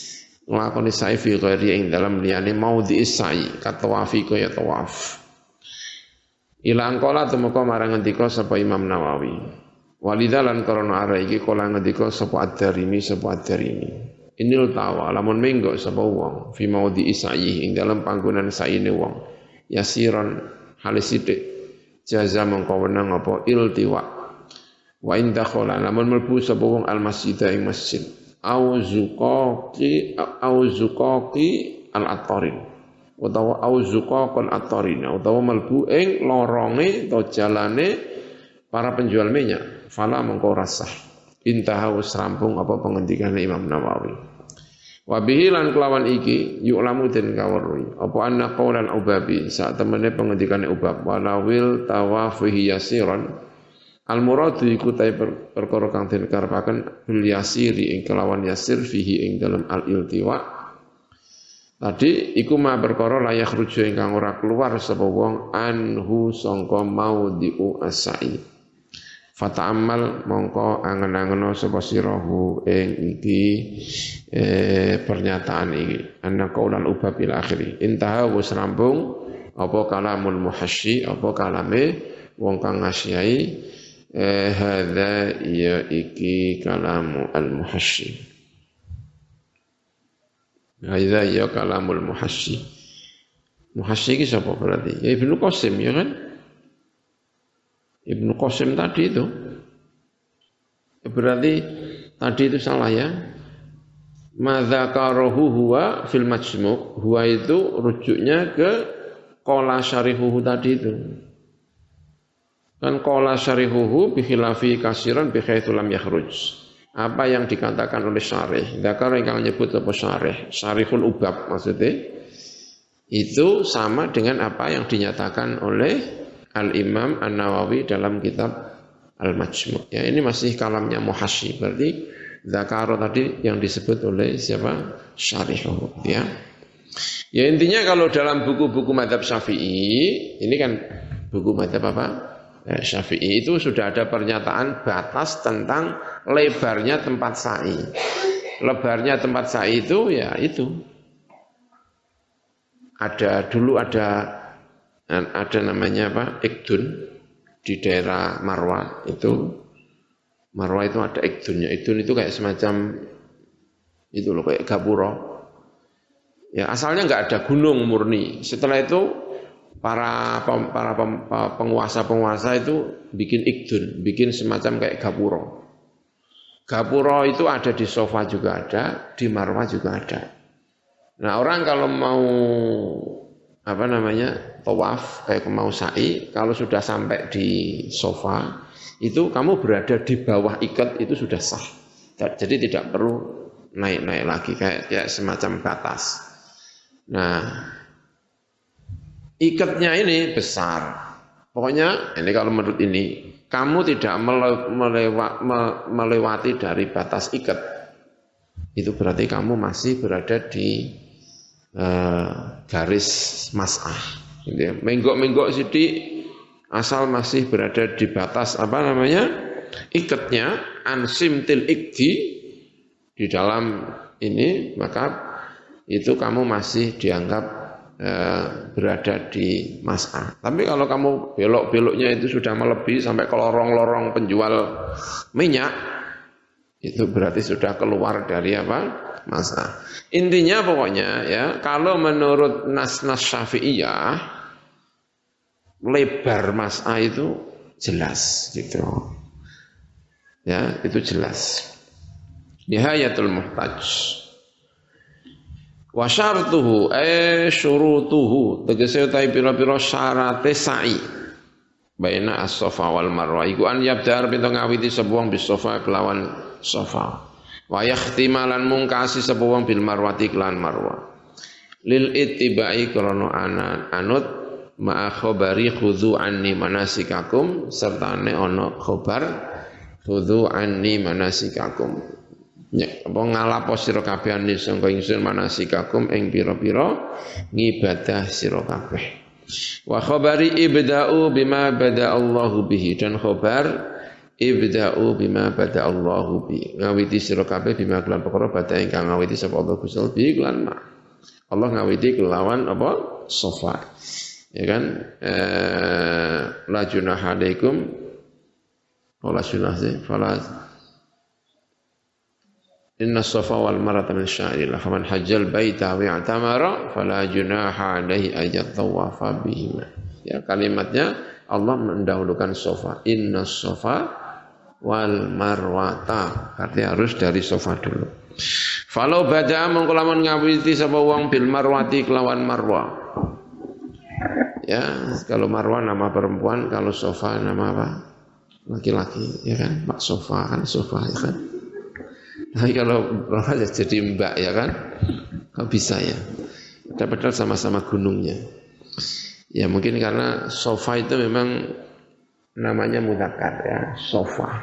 fi ghairi ing dalam liyane maudhi'is sa'i katawafi kaya tawaf ilang kala temeka marang ngendika sapa Imam Nawawi walidzalan karena ara iki kala ngendika sapa ad-Darimi Inil tawa lamun menggok sapa wong fi maudhi sa'i ing dalam panggonan sa'ine wong yasiron halis sithik jaza mengko wenang apa iltiwa wa in dakhala lamun mlebu sapa wong al masjid ing masjid au zuqaqi al atarin utawa au zuqaqal atarin utawa mlebu ing loronge utawa jalane para penjual minyak fala mengko rasah intaha wis rampung apa pengendikane Imam Nawawi. Wa bihi lan kelawan iki yu'lamu den kaweruhi apa anna qaulan ubabi sak temene pengendikane ubab walawil tawafihi yasiran al muradu iku ta perkara kang den karepaken bil yasiri ing kelawan yasir fihi ing dalam al iltiwa. Tadi iku ma perkara layak rujuk ingkang ora keluar sapa wong anhu sangka maudhi'u as-sa'i. Fata'ammal mongko angen-angeno sapa sirahu ing iki pernyataan iki anna qaulal ubabil akhiri intaha wis rampung apa kalamul muhasyi apa kalame wong kang ngasihai hadza ya iki kalamu al muhasyi Hadza ya kalamul muhasyi. Muhasyi iki sapa berarti? Ya Ibnu Qasim ya kan? Ibnu Qasim tadi itu. Berarti tadi itu salah ya. Madzakarahu huwa fil majmu'. Huwa itu rujuknya ke qala syarihuhu tadi itu. Kan qala syarihuhu bi khilafi kasiran bi haitsu lam yakhruj. Apa yang dikatakan oleh syarih, dzakar yang menyebut apa syarih, syarihul ubab maksudnya, itu sama dengan apa yang dinyatakan oleh Al-Imam An-Nawawi dalam kitab Al-Majmu'. Ya, ini masih kalamnya Muhasyi, berarti dzakar tadi yang disebut oleh siapa? Syarihuhu, ya. Ya intinya kalau dalam buku-buku mazhab Syafi'i, ini kan buku mazhab apa? Syafi'i itu sudah ada pernyataan batas tentang lebarnya tempat sa'i. Lebarnya tempat sa'i itu ya itu. Dulu ada namanya apa? Ikdun di daerah Marwa itu. Marwa itu ada ikdunnya. Ikdun itu kayak semacam itu loh kayak gapura. Ya asalnya enggak ada gunung murni. Setelah itu para penguasa itu bikin ikdun, bikin semacam kayak gapura. Gapura itu ada di Sofa juga ada, di Marwah juga ada. Nah orang kalau mau tawaf kayak mau sa'i, kalau sudah sampai di Sofa itu kamu berada di bawah ikat itu sudah sah. Jadi tidak perlu naik-naik lagi kayak semacam batas. Nah ikatnya ini besar. Pokoknya ini kalau menurut ini, kamu tidak melewati dari batas ikat. Itu berarti kamu masih berada di garis mas'ah. Gitu ya. Menggok-menggok sidik, asal masih berada di batas ikatnya, ansimtil ikdi di dalam ini, maka itu kamu masih dianggap berada di mas'ah. Tapi kalau kamu belok-beloknya itu sudah melebihi sampai ke lorong-lorong penjual minyak, itu berarti sudah keluar dari mas'ah. Intinya pokoknya ya, kalau menurut nas-nas Syafi'iyah lebar mas'ah itu jelas gitu. Ya, itu jelas. Nihayatul Muhtaj. Wa syartuhu syurutuhu tegese utahe pira-pira syarate sa'i baina as-Safa wal Marwah iku an yabdar pinto ngawiti sapa wong bis Safa kelawan Safa wa yakhtimalan mungkasi sapa wong bil Marwati kelawan Marwah lil ittiba'i krana anut ma'a khabari khudhu anni manasikakum sertane ana khabar khudhu anni manasikakum. Ya, apa ngalapo sira kabeh ane sangka ingsun manasikakum ing pira-pira ngibadah sira kabeh. Wa khabari ibda'u bima bada Allahu bihi dan khabar ibda'u bima bada Allahu bihi. Ngawiti sira kabeh bima kelan perkara bada ingkang ngawiti sapa Allah Gusti bihi kelan Allah ngawiti kelawan apa? Safa. Ya kan? La junaha alaikum wala junah fala Inna Safa wal Marwata min sya'rillah faman hajjal baita wa i'tamara fala junaha alaihi ayat tawafa bihima. Ya kalimatnya Allah mendahulukan Safa. Inna Safa wal Marwata. Artinya harus dari Safa dulu. Falau bada mongko lamun ngawiti sapa wong bil Marwati kelawan Marwa. Ya, kalau Marwa nama perempuan, kalau Safa nama apa? Laki-laki, ya kan? Pak Safa kan Safa ya kan? Tapi kalau orang jadi mbak ya kan, kok bisa ya? Padahal sama-sama gunungnya. Ya mungkin karena Safa itu memang namanya mudzakkar ya, Safa.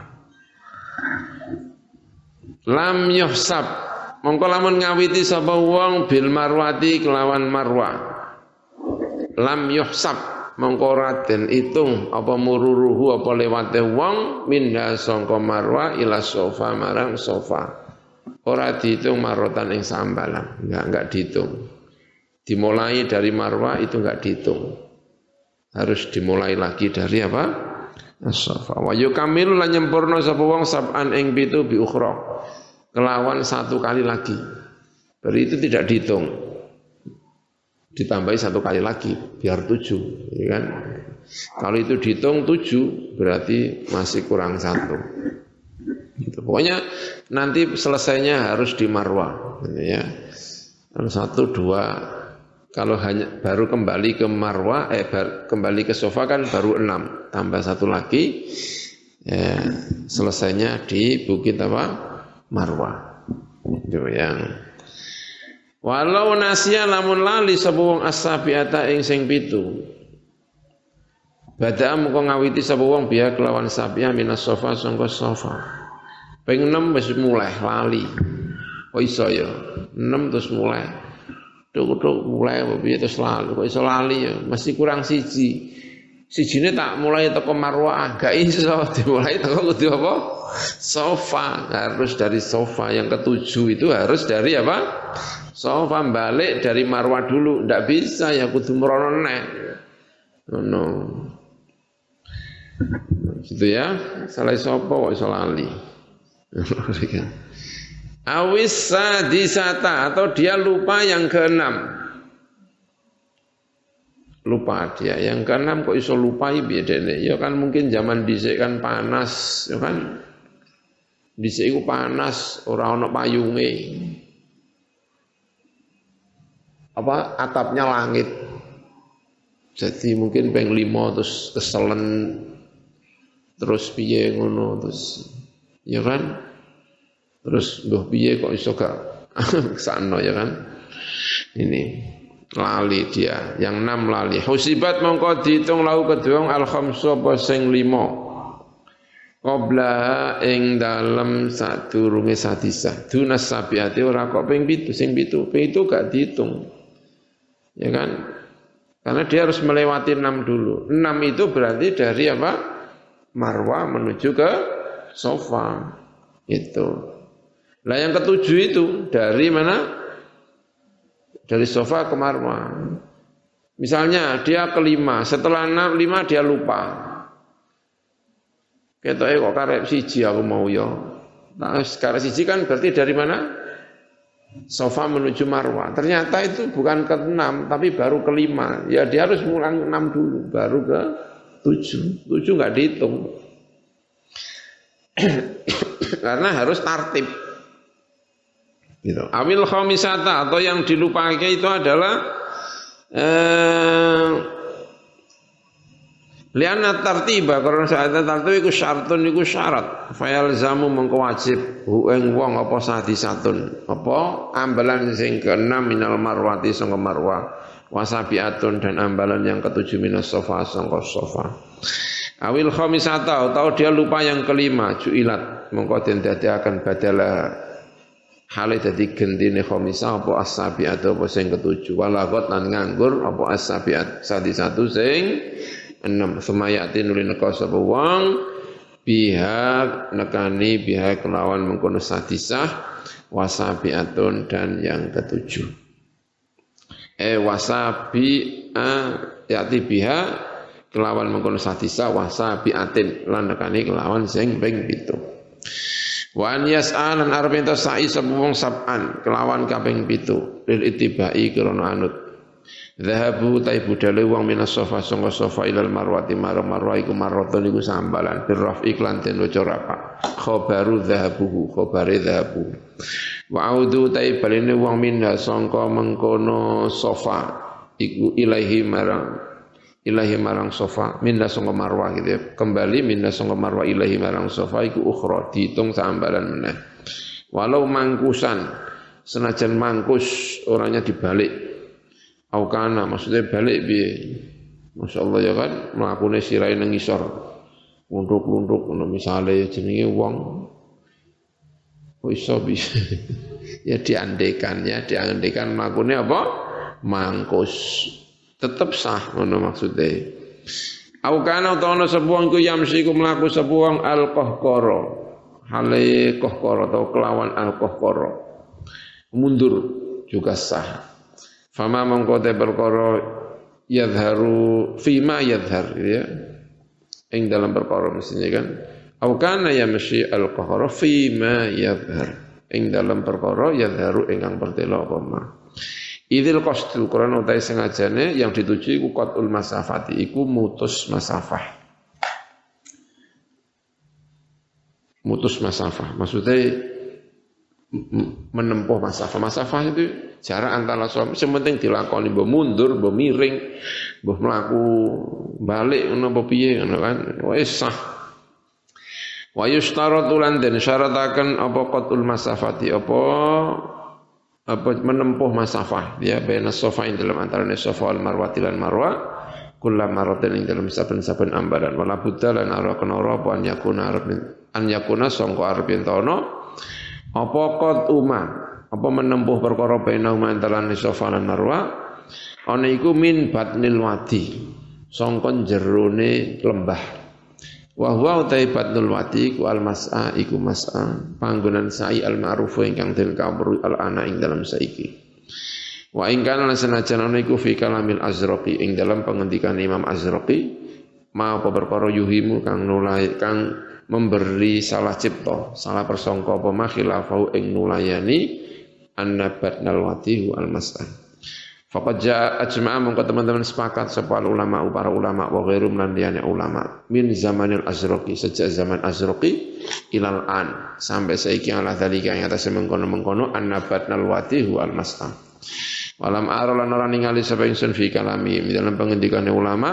Lam yuhsab, mongko lamun ngawiti sapa wong bil Marwati kelawan Marwah. Lam yuhsab, mongko ora den itung apa mururuhu apa lewate wong minda sangka Marwah ila Safa marang Safa. Ora dihitung marotan ing sambalang, enggak dihitung. Dimulai dari Marwah itu enggak dihitung. Harus dimulai lagi dari apa? As-Safa. Wa yukamilu lan nyempurna sapa wong sab'an ing pitu bi ukhra. Kelawan satu kali lagi. Berarti itu tidak dihitung. Ditambahi 1 kali lagi biar 7, ya kan? Kalau itu dihitung 7 berarti masih kurang 1. Gitu. Pokoknya nanti selesainya harus di Marwah, gitu ya. 1, 2. Kalau hanya baru kembali ke Marwah, kembali ke Sofa kan baru 6, tambah 1 lagi, ya, selesainya di Bukit apa? Marwah. Itu yang. Walau nasya lamun lali sapa wong as-sabiata ing sing 7. Bada'a mengko ngawiti sapa wong biya kelawan sabiah minas Sofa sangka Sofa. Ping 6 wis mulai lali. Kok iso ya? 6 terus mulai. Tuk mulai piye terus lali. Kok iso lali ya? Masih kurang siji. Sijine tak mulai teko Marwah, gak iso dimulai teko kudu apa? Sofa. Harus dari Sofa. Yang ke-7 itu harus dari apa? Sofa. Balik dari Marwah dulu. Ndak bisa ya kudu merono neh. No. Gitu ya. Salah sapa kok iso lali. Awis sadisata atau dia lupa yang ke-6. Lupa dia yang ke-6 kok iso lupai bedene. Ya kan mungkin zaman dhisik kan panas, ya kan. Dhisik iku panas, ora ana payunge. Apa atapnya langit. Jadi mungkin ping 5 terus keselen terus piye ngono terus ya kan? Terus mbah piye kok iso gak kesana ya kan? Ini lali dia, yang 6 lali. Husibat mongko diitung lahu kedua al-khamsu apa sing 5. Qabla ing dalem sadurunge sadisa. Dunas sabiati ora kok ping 7, sing 7. Ping 7 gak dihitung. Ya kan? Karena dia harus melewati 6 dulu. 6 itu berarti dari apa? Marwah menuju ke Sofa. Itu. Lah yang ke-7 itu dari mana? Dari Sofa ke Marwah. Misalnya dia ke-5, setelah 5 dia lupa. Ketoke kok karep siji aku mau ya. Nah, karep siji kan berarti dari mana? Sofa menuju Marwah. Ternyata itu bukan ke-6 tapi baru ke-5. Ya dia harus ngulang 6 dulu baru ke 7. 7 enggak dihitung. Karena harus tartib. Gitu. Awil khamisata atau yang dilupakan itu adalah liana tartiba karena saat tartib iku syartun iku syarat fayal zamu mengko wajib ing wong apa sadisatun apa ambalan sing ke-6 minal marwati sangka marwah wasabiatun dan ambalan yang ke-7 minas Sofa sangka Sofa. Awil khamisata atau dia lupa yang ke-5 juilat mengko den dadiaken badala hale dadi gentine khamisah apa as-sabiat apa sing ke-7 walagot lan nganggur apa as-sabiat sadisatu sing 6 semayati nuli neka sapa wong biha nekani biha kelawan mengkono sadisah wasabiatun dan yang ke-7 wasabi yati biha kelawan mengkono sadisah wasabiatin lan nekani kelawan sing ping 7 wa an yas'alan arep ento sa'i sapa wong sab'an kelawan kaping 7 lil itibai krana anut dhahabu ta budale wong minas Sofa sangka Sofa ilal marwati marwah iku marwaton iku sambalan birraf iklan den waca rafa khabaru dhahabuhu khabare dhahabu wa audu ta balene wong minha sangka mengkono Sofa iku ilahi marang Sofa minna sangka marwah gitu ya. Kembali minna sangka marwah ilahi marang Sofa iku ukhra dihitung sambalan meneh. Walau mangkusan senajan mangkus orangnya dibalik. Aukana maksudnya balik piye? Masyaallah ya kan mlakune sirahe nang ngisor. Lunduk-lunduk ngono misale jenenge wong kok iso bisa. Ya diandekan mlakune apa? Mangkus. Tetap sah ngono maksude. Au kana utawa sebuang ku yamsi ku mlaku sebuang al-qahqara. Hale qahqara atau kelawan al-qahqara. Mundur juga sah. Fama mongko te perkara yadharu fima yadhar ya. Ing dalam perkara mestinya kan. Au kana yamsi al-qahqara fima yadhar. ing dalam perkara yadharu ingkang pertela apa ma. Idzil qasdu krana utahe sengajane yang dituju iku qatul masafati iku mutus masafah. Mutus masafah maksudnya menempuh masafah. Masafah itu jarak antara suami sementing dilakoni mbok mundur, mbok miring, mbok mlaku balik ngono apa piye ngono kan. Wis sah. Wa yustaratu lan den syarataken apa qatul masafati apa menempuh masafah ya baina safa ing dalam antarané safa wal marwa lan marwa kullu maratin ing dalam saben-saben ambaran wala budda lan ara kena apa an yakuna sangka arep yen ana apa qad apa menempuh perkara baina antarané safa lan marwa ana iku min batnil wadi sangka jerone lembah. Wa huwa utaibatul wati ku al-mas'a iku mas'a panggonan sa'i al-ma'ruf ingkang den kawruh al-ana ing dalam saiki. Wa ing kana senajan ana iku fi kalamil Azraqi ing dalam pengendikan Imam Azraqi ma apa perkara yuhimu kang nulai kang memberi salah cipta, salah persangka apa makhilafau ing nulayani annabatnal wati al-mas'a. Faqad jaa ajma'a mongko teman-teman sepakat sapa ulama para ulama wa ghairum lan liyane ulama min zamanil Azraqi sejak zaman Azraqi ilal an sampai saiki ala dalika ing atase mengkono-mengkono annabatnal wati wal mas'am. Walam ara lan ora ningali sapa ingsun fi kalami dalam pengendikane ulama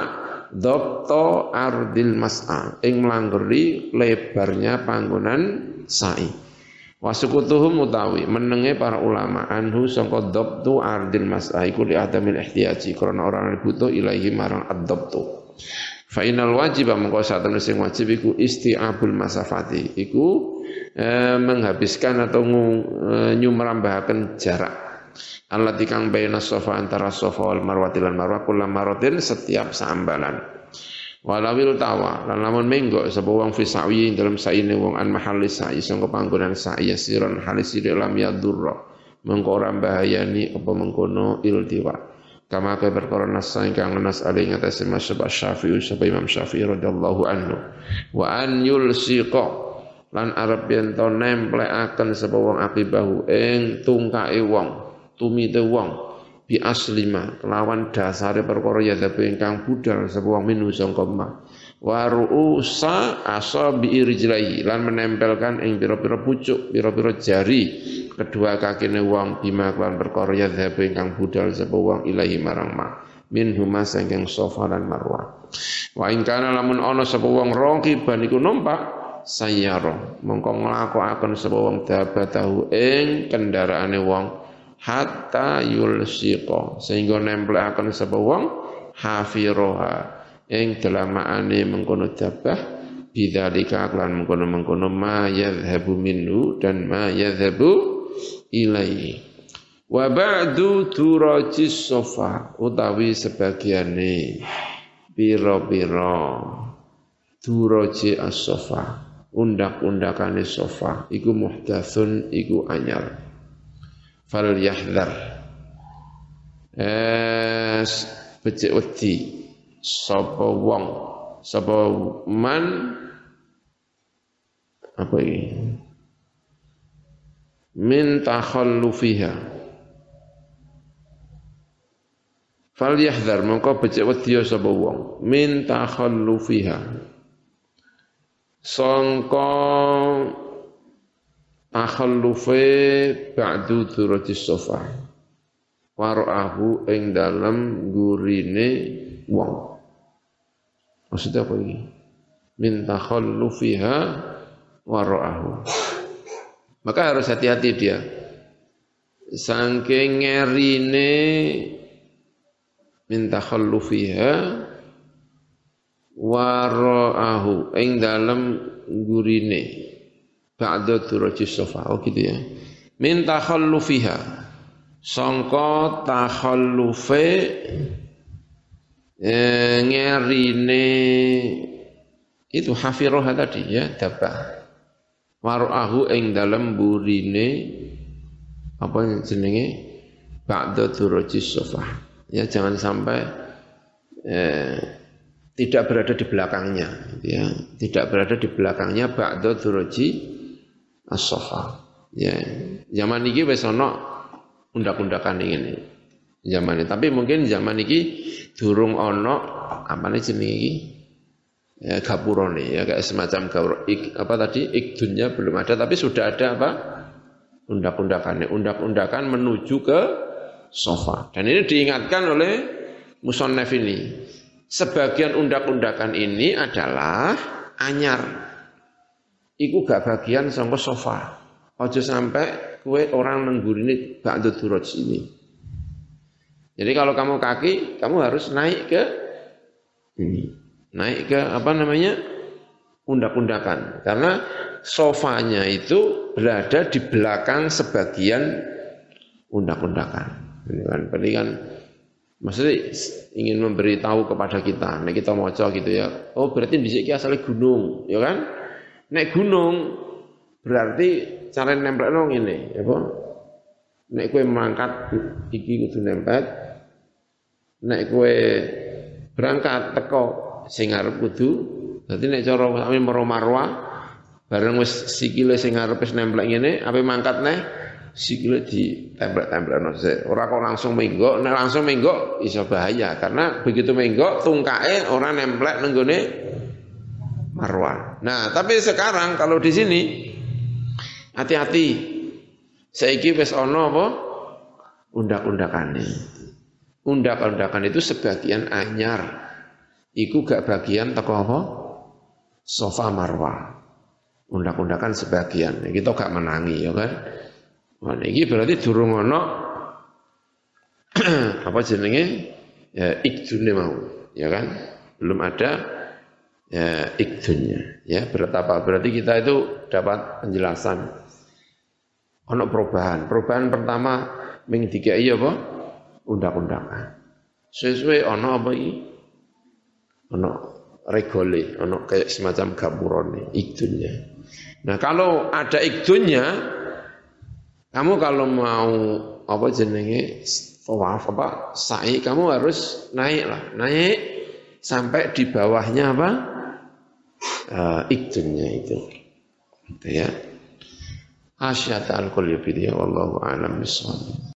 dhabta ardil mas'a ing mlanggeri lebarnya panggonan sa'i. Wasukutuhum utawi menenge para ulama anhu sangka dhabtu ardil mas'a iku li adamil ihtiyaji karena orang butuh ilahi marang ad-dhabtu. Fa inal wajib mengko satene sing wajib iku isti'abul masafati iku menghabiskan atau nyumrambahaken jarak allati kang baina safa antara safa wal marwa lan marwa kullu maratin setiap sambalan. Walawil tawa lan lamun menggo sapa wong fi sa'i dalam saine wong an mahalli sa'i sangka panggonan sa'i yasiran halis lam yadurra mengko ora bahayani apa mengkono iltiwa kama ka perkara nas ingkang nas ali ngatasi masyhab Syafi'i sapa Imam Syafi'i radhiyallahu anhu wa an yulsiqa lan arep yen to nemplekaken sapa wong akibahu ing tungkae wong tumite wong bi aslima lawan dasare perkara ya tapi ingkang budal sapa wong minu sangka ma wa ru'usa asabi rijlaihi lan menempelkan ing pira-pira pucuk pira-pira jari kedua kakine wong bima lan perkara ya tapi ingkang budal sapa wong ilahi marang ma min huma saking safa lan marwa wa ing kana lamun ana sapa wong raqiban iku numpak sayyara mongko nglakokaken sapa wong dabatahu ing kendaraane wong hatta yulsiqa sehingga nemplekaken sapa wong hafiroha ing delamaane mengkono dabah bidzalika lan mengkono-mengkono ma yadhhabu minhu dan ma yadhhabu ilaihi wa ba'du turajis sofa utawi sebagiane pira-pira turaji as-sofa undak-undakane sofa iku muhdatsun iku anyar fal yahdhar becik wedi sapa wong sapa man apa iki min takhallufiha fal yahdhar mongko becik wedi sapa wong min takhallufiha sangka takhallufe ba'du dzuratis sofa wara'ahu ing dalem gurine wong maksudnya apa ini min takhallufiha wara'ahu maka harus hati-hati dia saking ngerine min takhallufiha wara'ahu ing dalem gurine ba'da turajis sofa oh gitu ya min takhallufiha sangka takhallufe ngerine itu hafiroha tadi ya dabah waru'ahu ing dalem burine apa jenenge ba'da turajis sofa ya jangan sampai tidak berada di belakangnya ya tidak berada di belakangnya ba'da turaji as-sofa Ya, zaman iki wis ana undak-undakan ini. Zaman ini, tapi mungkin zaman iki durung ana apane jenenge iki? Ya, gapurane ya kayak semacam ikdunnya belum ada, tapi sudah ada apa? Undak-undakannya, undak-undakan menuju ke sofa. Dan ini diingatkan oleh musannaf ini. Sebagian undak-undakan ini adalah anyar. Iku gak bagian sangka sofa. Ojo sampai kue orang nenggurine ba'du duraj ini. Jadi kalau kamu kaki, kamu harus naik ke ini. Naik ke undak-undakan. Karena sofanya itu berada di belakang sebagian undak-undakan. Ini kan, berarti kan maksudnya ingin memberitahu kepada kita. Nek kita maca gitu ya. Oh, berarti dhisik iki asale gunung, ya kan? Nek gunung berarti cara nempelno ngene, ya apa? Nek kowe mangkat iki kudu nempel. Nek kowe berangkat teko sing ngarep kudu. Dadi nek cara marwa bareng wis sikile sing ngarep wis nemplek ngene, ape mangkat neh sikile ditempel-tempelno sik. Ora kok langsung menggok, nek langsung menggok iso bahaya karena begitu menggok tungkae ora nemplek nang gone marwah. Nah, tapi sekarang kalau di sini hati-hati. Saiki wis ana apa? Undak-undakane. Undak-undakan itu sebagian anyar. Iku gak bagian teko apa? Sofa marwah. Undak-undakan sebagian. Kita gak menangi ya kan. Nah, ini berarti durung ana apa jenenge? Ya ikdune mau, ya kan? Belum ada ya ikdunnya. Ya, berarti kita itu dapat penjelasan. Ono perubahan. Perubahan pertama ming dikai apa? Undak-undakan. Sesuai ono apa iki? Ono regole, ono kayak semacam gapurone, ikdunnya. Nah, kalau ada ikdunnya, kamu kalau mau apa jenenge tawaf apa sa'i, kamu harus naik sampai di bawahnya apa? Ikdunnya itu. Gitu ya. Asyhadu an la ilaha illallah wallahu a'lam bishawab.